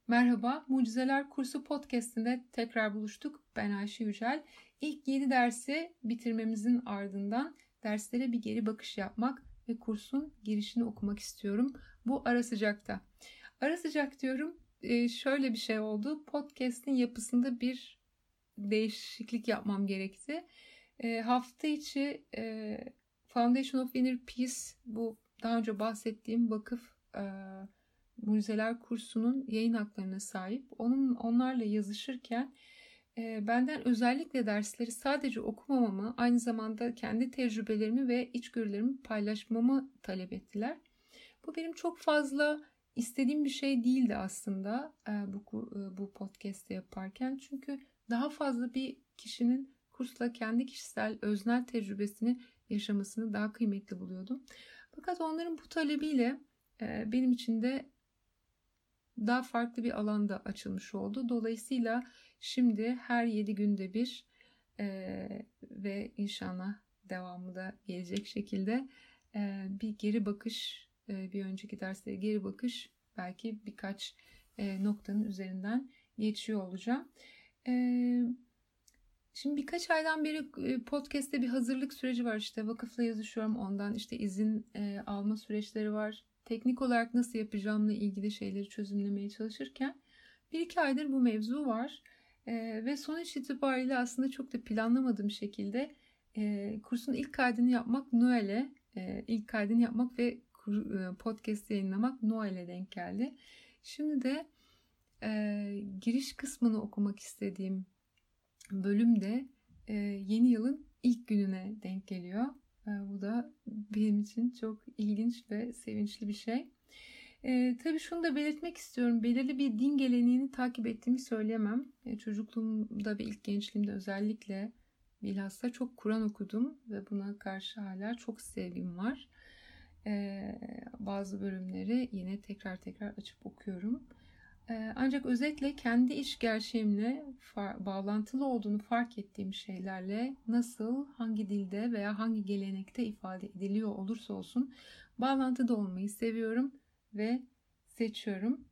Merhaba, Mucizeler Kursu podcast'inde tekrar buluştuk. Ben Ayşe Yücel. İlk 7 dersi bitirmemizin ardından derslere bir geri bakış yapmak ve kursun girişini okumak istiyorum. Bu ara sıcakta. Ara sıcak diyorum, şöyle bir şey oldu. Podcast'in yapısında bir değişiklik yapmam gerekti. Hafta içi Foundation of Inner Peace, bu daha önce bahsettiğim vakıf Mucizeler Kursu'nun yayın haklarına sahip. Onlarla yazışırken benden özellikle dersleri sadece okumamamı, aynı zamanda kendi tecrübelerimi ve içgörülerimi paylaşmamı talep ettiler. Bu benim çok fazla istediğim bir şey değildi aslında bu podcast'te yaparken. Çünkü daha fazla bir kişinin kursla kendi kişisel öznel tecrübesini yaşamasını daha kıymetli buluyordum. Fakat onların bu talebiyle benim için de daha farklı bir alanda açılmış oldu. Dolayısıyla şimdi her 7 günde bir ve inşallah devamı da gelecek şekilde bir geri bakış, bir önceki derslere geri bakış, belki birkaç noktanın üzerinden geçiyor olacağım. Şimdi birkaç aydan beri podcast'te bir hazırlık süreci var. İşte vakıfla yazışıyorum, ondan işte izin alma süreçleri var. Teknik olarak nasıl yapacağımla ilgili şeyleri çözümlemeye çalışırken 1-2 aydır bu mevzu var. Ve sonuç itibariyle aslında çok da planlamadığım şekilde kursun ilk kaydını yapmak ilk kaydını yapmak ve podcast yayınlamak Noel'e denk geldi. Şimdi de giriş kısmını okumak istediğim bölümde yeni yılın ilk gününe denk geliyor. Bu da benim için çok ilginç ve sevinçli bir şey. Tabii şunu da belirtmek istiyorum. Belirli bir din geleneğini takip ettiğimi söyleyemem. Çocukluğumda ve ilk gençliğimde özellikle bilhassa çok Kur'an okudum ve buna karşı hala çok sevgim var. Bazı bölümleri yine tekrar açıp okuyorum. Ancak özetle kendi iç gerçeğimle bağlantılı olduğunu fark ettiğim şeylerle nasıl, hangi dilde veya hangi gelenekte ifade ediliyor olursa olsun bağlantıda olmayı seviyorum ve seçiyorum.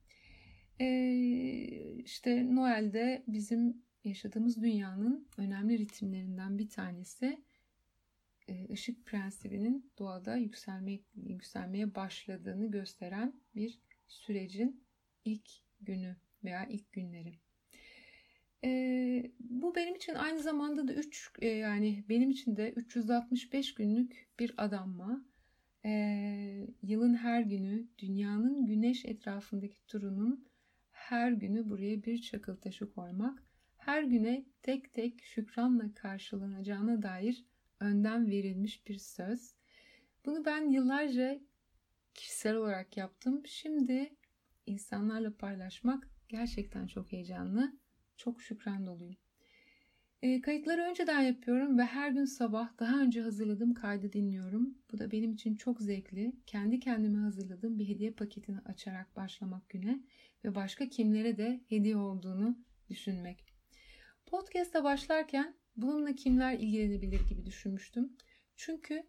İşte Noel'de bizim yaşadığımız dünyanın önemli ritimlerinden bir tanesi ışık prensibinin doğada yükselmeye başladığını gösteren bir sürecin ilk günü veya ilk günleri. Bu benim için aynı zamanda da yani benim için de 365 günlük bir adanma. Yılın her günü, dünyanın güneş etrafındaki turunun her günü buraya bir çakıl taşı koymak, her güne tek tek şükranla karşılanacağına dair önden verilmiş bir söz. Bunu ben yıllarca kişisel olarak yaptım. Şimdi insanlarla paylaşmak gerçekten çok heyecanlı, çok şükran doluyum. Kayıtları önceden yapıyorum ve her gün sabah daha önce hazırladığım kaydı dinliyorum. Bu da benim için çok zevkli. Kendi kendime hazırladığım bir hediye paketini açarak başlamak güne ve başka kimlere de hediye olduğunu düşünmek. Podcast'a başlarken bununla kimler ilgilenebilir gibi düşünmüştüm. Çünkü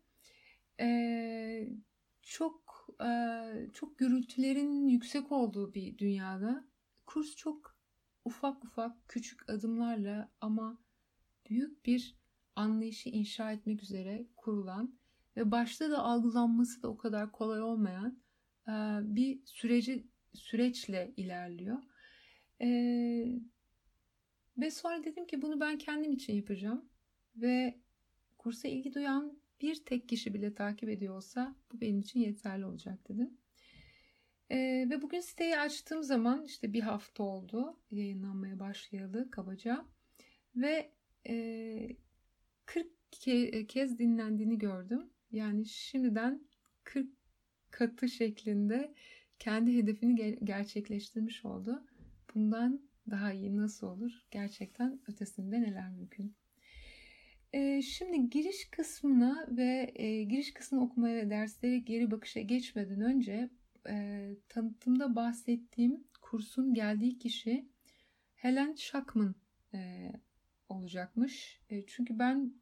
çok gürültülerin yüksek olduğu bir dünyada kurs çok ufak küçük adımlarla ama büyük bir anlayışı inşa etmek üzere kurulan ve başta da algılanması da o kadar kolay olmayan bir süreçle ilerliyor. Ve sonra dedim ki bunu ben kendim için yapacağım ve kursa ilgi duyan bir tek kişi bile takip ediyor olsa bu benim için yeterli olacak dedim. Ve bugün siteyi açtığım zaman işte bir hafta oldu yayınlanmaya başlayalı kabaca ve 40 kez dinlendiğini gördüm. Yani şimdiden 40 katı şeklinde kendi hedefini gerçekleştirmiş oldu. Bundan daha iyi nasıl olur? Gerçekten ötesinde neler mümkün? Şimdi giriş kısmına ve giriş kısmını okumaya ve derslere geri bakışa geçmeden önce tanıtımda bahsettiğim kursun geldiği kişi Helen Schackman olacakmış. Çünkü ben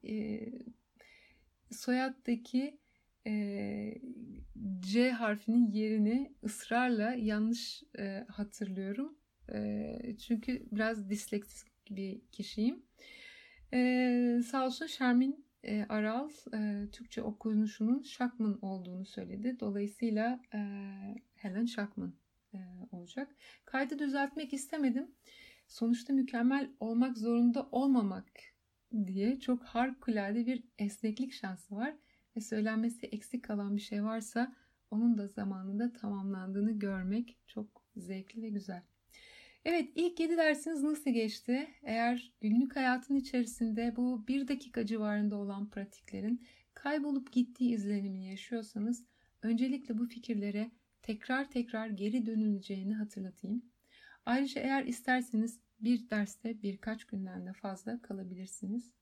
soyaddaki C harfinin yerini ısrarla yanlış hatırlıyorum. Çünkü biraz disleksik bir kişiyim. Sağ olsun Şermin Aral Türkçe okunuşunun Shackman olduğunu söyledi. Dolayısıyla Helen Shackman olacak. Kaydı düzeltmek istemedim. Sonuçta mükemmel olmak zorunda olmamak diye çok harikulade bir esneklik şansı var. Ve söylenmesi eksik kalan bir şey varsa onun da zamanında tamamlandığını görmek çok zevkli ve güzel. Evet, ilk 7 dersiniz nasıl geçti? Eğer günlük hayatın içerisinde bu 1 dakika civarında olan pratiklerin kaybolup gittiği izlenimini yaşıyorsanız öncelikle bu fikirlere tekrar geri dönüleceğini hatırlatayım. Ayrıca eğer isterseniz bir derste birkaç günden de fazla kalabilirsiniz.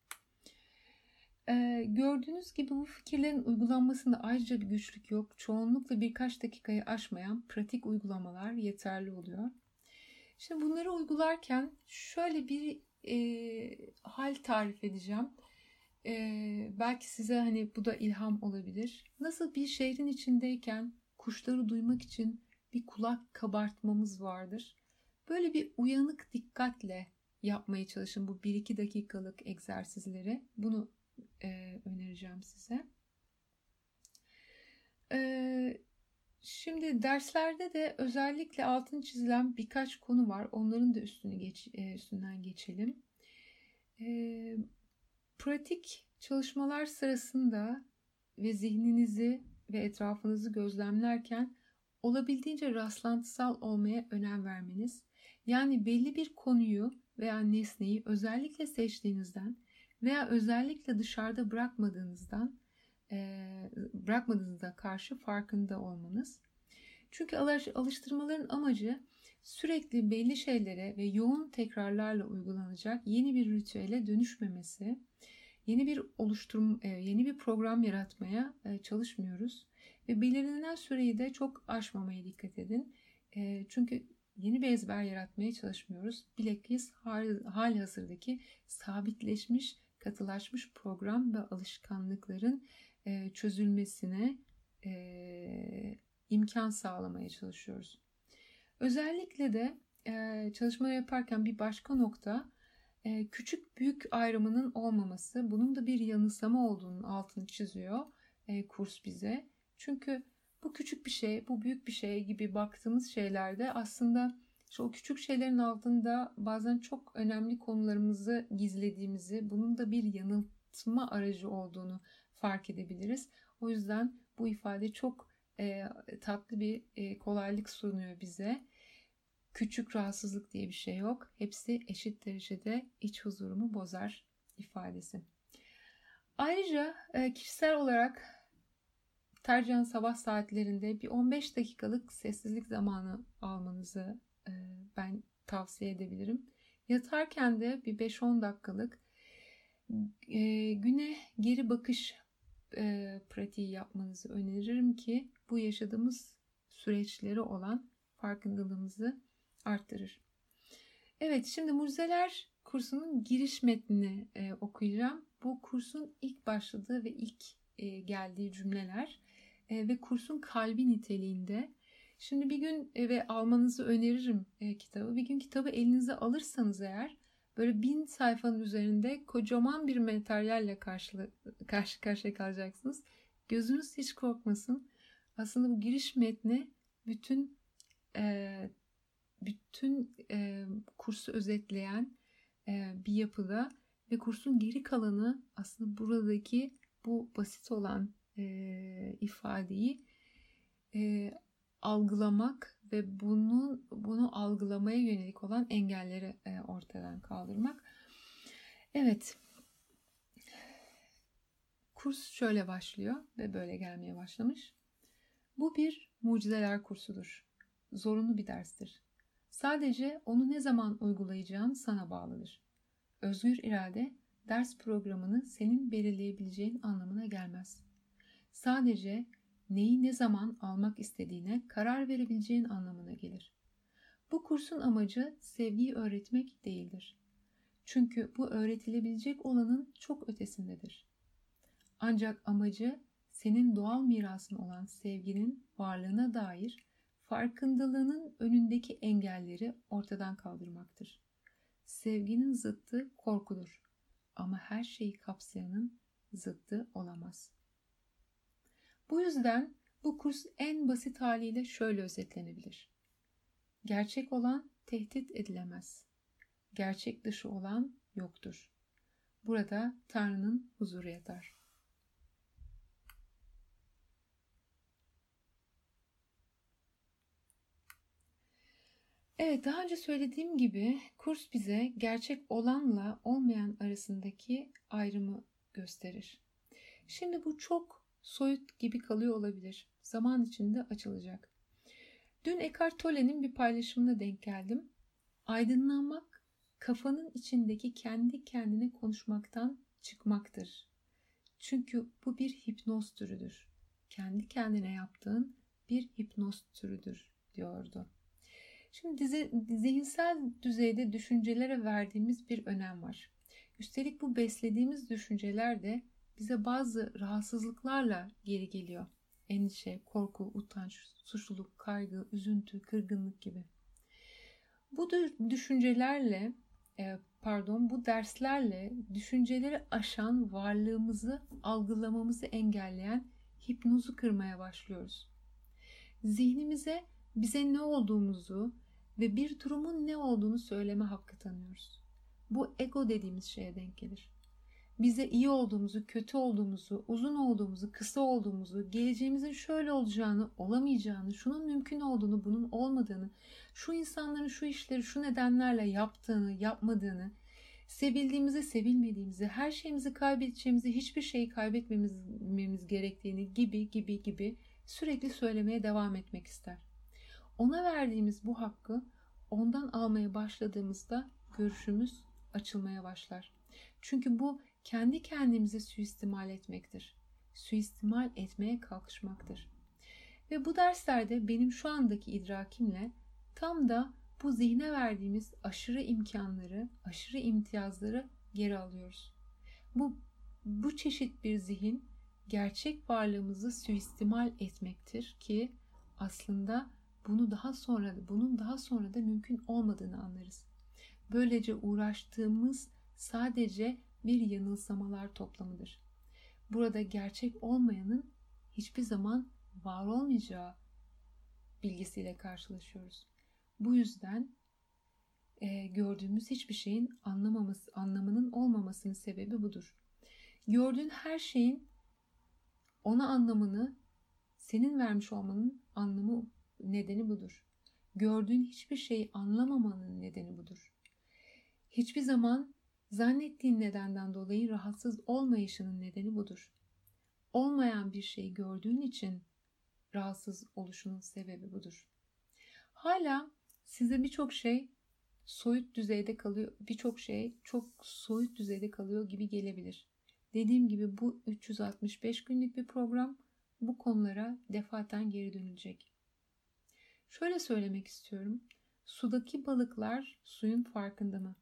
Gördüğünüz gibi bu fikirlerin uygulanmasında ayrıca bir güçlük yok. Çoğunlukla birkaç dakikayı aşmayan pratik uygulamalar yeterli oluyor. Şimdi bunları uygularken şöyle bir hal tarif edeceğim. Belki size hani bu da ilham olabilir. Nasıl bir şehrin içindeyken kuşları duymak için bir kulak kabartmamız vardır. Böyle bir uyanık dikkatle yapmaya çalışın bu 1-2 dakikalık egzersizleri. Bunu önereceğim size. Şimdi derslerde de özellikle altını çizilen birkaç konu var. Onların da üstünden geçelim. Pratik çalışmalar sırasında ve zihninizi ve etrafınızı gözlemlerken olabildiğince rastlantısal olmaya önem vermeniz, yani belli bir konuyu veya nesneyi özellikle seçtiğinizden veya özellikle dışarıda bırakmadığınızda karşı farkında olmanız. Çünkü alıştırmaların amacı sürekli belli şeylere ve yoğun tekrarlarla uygulanacak yeni bir ritüele dönüşmemesi. Yeni bir program yaratmaya çalışmıyoruz ve belirlenen süreyi de çok aşmamaya dikkat edin. Çünkü yeni bir ezber yaratmaya çalışmıyoruz. Bilakis halihazırdaki sabitleşmiş, katılaşmış program ve alışkanlıkların çözülmesine imkan sağlamaya çalışıyoruz. Özellikle de çalışmaları yaparken bir başka nokta küçük büyük ayrımının olmaması. Bunun da bir yanılsama olduğunun altını çiziyor kurs bize. Çünkü bu küçük bir şey, bu büyük bir şey gibi baktığımız şeylerde aslında o küçük şeylerin altında bazen çok önemli konularımızı gizlediğimizi, bunun da bir yanıltma aracı olduğunu fark edebiliriz. O yüzden bu ifade çok tatlı bir kolaylık sunuyor bize. Küçük rahatsızlık diye bir şey yok. Hepsi eşit derecede iç huzurumu bozar ifadesi. Ayrıca kişisel olarak tercihen sabah saatlerinde bir 15 dakikalık sessizlik zamanı almanızı ben tavsiye edebilirim. Yatarken de bir 5-10 dakikalık güne geri bakış pratiği yapmanızı öneririm ki bu yaşadığımız süreçleri olan farkındalığımızı arttırır. Evet, şimdi Mucizeler kursunun giriş metnini okuyacağım. Bu kursun ilk başladığı ve ilk geldiği cümleler ve kursun kalbi niteliğinde. Şimdi bir gün ve almanızı öneririm kitabı. Bir gün kitabı elinize alırsanız eğer böyle 1000 sayfanın üzerinde kocaman bir materyalle karşı karşıya kalacaksınız. Gözünüz hiç korkmasın. Aslında bu giriş metni bütün kursu özetleyen bir yapıda ve kursun geri kalanı aslında buradaki bu basit olan ifadeyi algılamak ve bunu algılamaya yönelik olan engelleri ortadan kaldırmak. Evet. Kurs şöyle başlıyor ve böyle gelmeye başlamış. Bu bir mucizeler kursudur. Zorunlu bir derstir. Sadece onu ne zaman uygulayacağın sana bağlıdır. Özgür irade, ders programını senin belirleyebileceğin anlamına gelmez. Sadece neyi ne zaman almak istediğine karar verebileceğin anlamına gelir. Bu kursun amacı sevgiyi öğretmek değildir. Çünkü bu öğretilebilecek olanın çok ötesindedir. Ancak amacı senin doğal mirasın olan sevginin varlığına dair farkındalığının önündeki engelleri ortadan kaldırmaktır. Sevginin zıttı korkudur ama her şeyi kapsayanın zıttı olamaz. Bu yüzden bu kurs en basit haliyle şöyle özetlenebilir. Gerçek olan tehdit edilemez. Gerçek dışı olan yoktur. Burada Tanrı'nın huzuru yatar. Evet, daha önce söylediğim gibi kurs bize gerçek olanla olmayan arasındaki ayrımı gösterir. Şimdi bu çok soyut gibi kalıyor olabilir. Zaman içinde açılacak. Dün Eckhart Tolle'nin bir paylaşımına denk geldim. Aydınlanmak, kafanın içindeki kendi kendine konuşmaktan çıkmaktır. Çünkü bu bir hipnoz türüdür. Kendi kendine yaptığın bir hipnoz türüdür diyordu. Şimdi zihinsel düzeyde düşüncelere verdiğimiz bir önem var. Üstelik bu beslediğimiz düşünceler de bize bazı rahatsızlıklarla geri geliyor. Endişe, korku, utanç, suçluluk, kaygı, üzüntü, kırgınlık gibi. Bu düşüncelerle, bu derslerle düşünceleri aşan varlığımızı algılamamızı engelleyen hipnozu kırmaya başlıyoruz. Zihnimize bize ne olduğumuzu ve bir durumun ne olduğunu söyleme hakkı tanıyoruz. Bu ego dediğimiz şeye denk gelir. Bize iyi olduğumuzu, kötü olduğumuzu, uzun olduğumuzu, kısa olduğumuzu, geleceğimizin şöyle olacağını, olamayacağını, şunun mümkün olduğunu, bunun olmadığını, şu insanların şu işleri şu nedenlerle yaptığını, yapmadığını, sevildiğimizi, sevilmediğimizi, her şeyimizi kaybedeceğimizi, hiçbir şeyi kaybetmemiz gerektiğini gibi sürekli söylemeye devam etmek ister. Ona verdiğimiz bu hakkı ondan almaya başladığımızda görüşümüz açılmaya başlar. Çünkü bu kendi kendimize suistimal etmektir. Suistimal etmeye kalkışmaktır. Ve bu derslerde benim şu andaki idrakimle tam da bu zihne verdiğimiz aşırı imkanları, aşırı imtiyazları geri alıyoruz. Bu çeşit bir zihin gerçek varlığımızı suistimal etmektir ki aslında bunun daha sonra da mümkün olmadığını anlarız. Böylece uğraştığımız sadece bir yanılsamalar toplamıdır. Burada gerçek olmayanın hiçbir zaman var olmayacağı bilgisiyle karşılaşıyoruz. Bu yüzden gördüğümüz hiçbir şeyin anlamının olmamasının sebebi budur. Gördüğün her şeyin ona anlamını senin vermiş olmanın nedeni budur. Gördüğün hiçbir şeyi anlamamanın nedeni budur. Hiçbir zaman zannettiğin nedenden dolayı rahatsız olmayışının nedeni budur. Olmayan bir şeyi gördüğün için rahatsız oluşunun sebebi budur. Hala size birçok şey soyut düzeyde kalıyor, çok soyut düzeyde kalıyor gibi gelebilir. Dediğim gibi bu 365 günlük bir program, bu konulara defaten geri dönülecek. Şöyle söylemek istiyorum. Sudaki balıklar suyun farkında mı?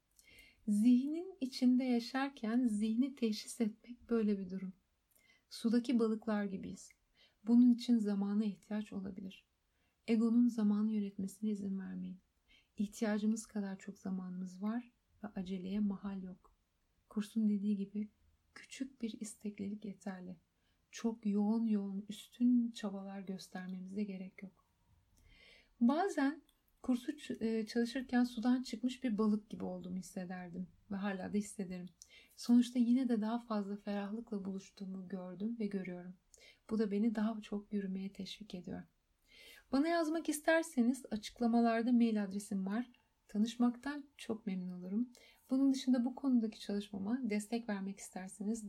Zihnin içinde yaşarken zihni teşhis etmek böyle bir durum. Sudaki balıklar gibiyiz. Bunun için zamana ihtiyaç olabilir. Egonun zamanı yönetmesine izin vermeyin. İhtiyacımız kadar çok zamanımız var ve aceleye mahal yok. Kursun dediği gibi küçük bir isteklilik yeterli. Çok yoğun üstün çabalar göstermemize gerek yok. Bazen kursu çalışırken sudan çıkmış bir balık gibi olduğumu hissederdim ve hala da hissederim. Sonuçta yine de daha fazla ferahlıkla buluştuğumu gördüm ve görüyorum. Bu da beni daha çok yürümeye teşvik ediyor. Bana yazmak isterseniz açıklamalarda mail adresim var. Tanışmaktan çok memnun olurum. Bunun dışında bu konudaki çalışmama destek vermek isterseniz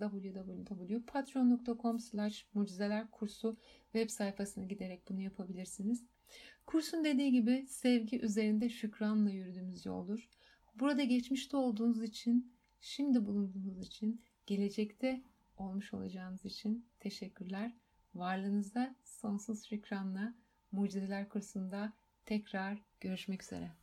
www.patreon.com/mucizelerkursu web sayfasına giderek bunu yapabilirsiniz. Kursun dediği gibi sevgi üzerinde şükranla yürüdüğümüz yoldur. Burada geçmişte olduğunuz için, şimdi bulunduğunuz için, gelecekte olmuş olacağınız için teşekkürler. Varlığınızda sonsuz şükranla Mucizeler Kursu'nda tekrar görüşmek üzere.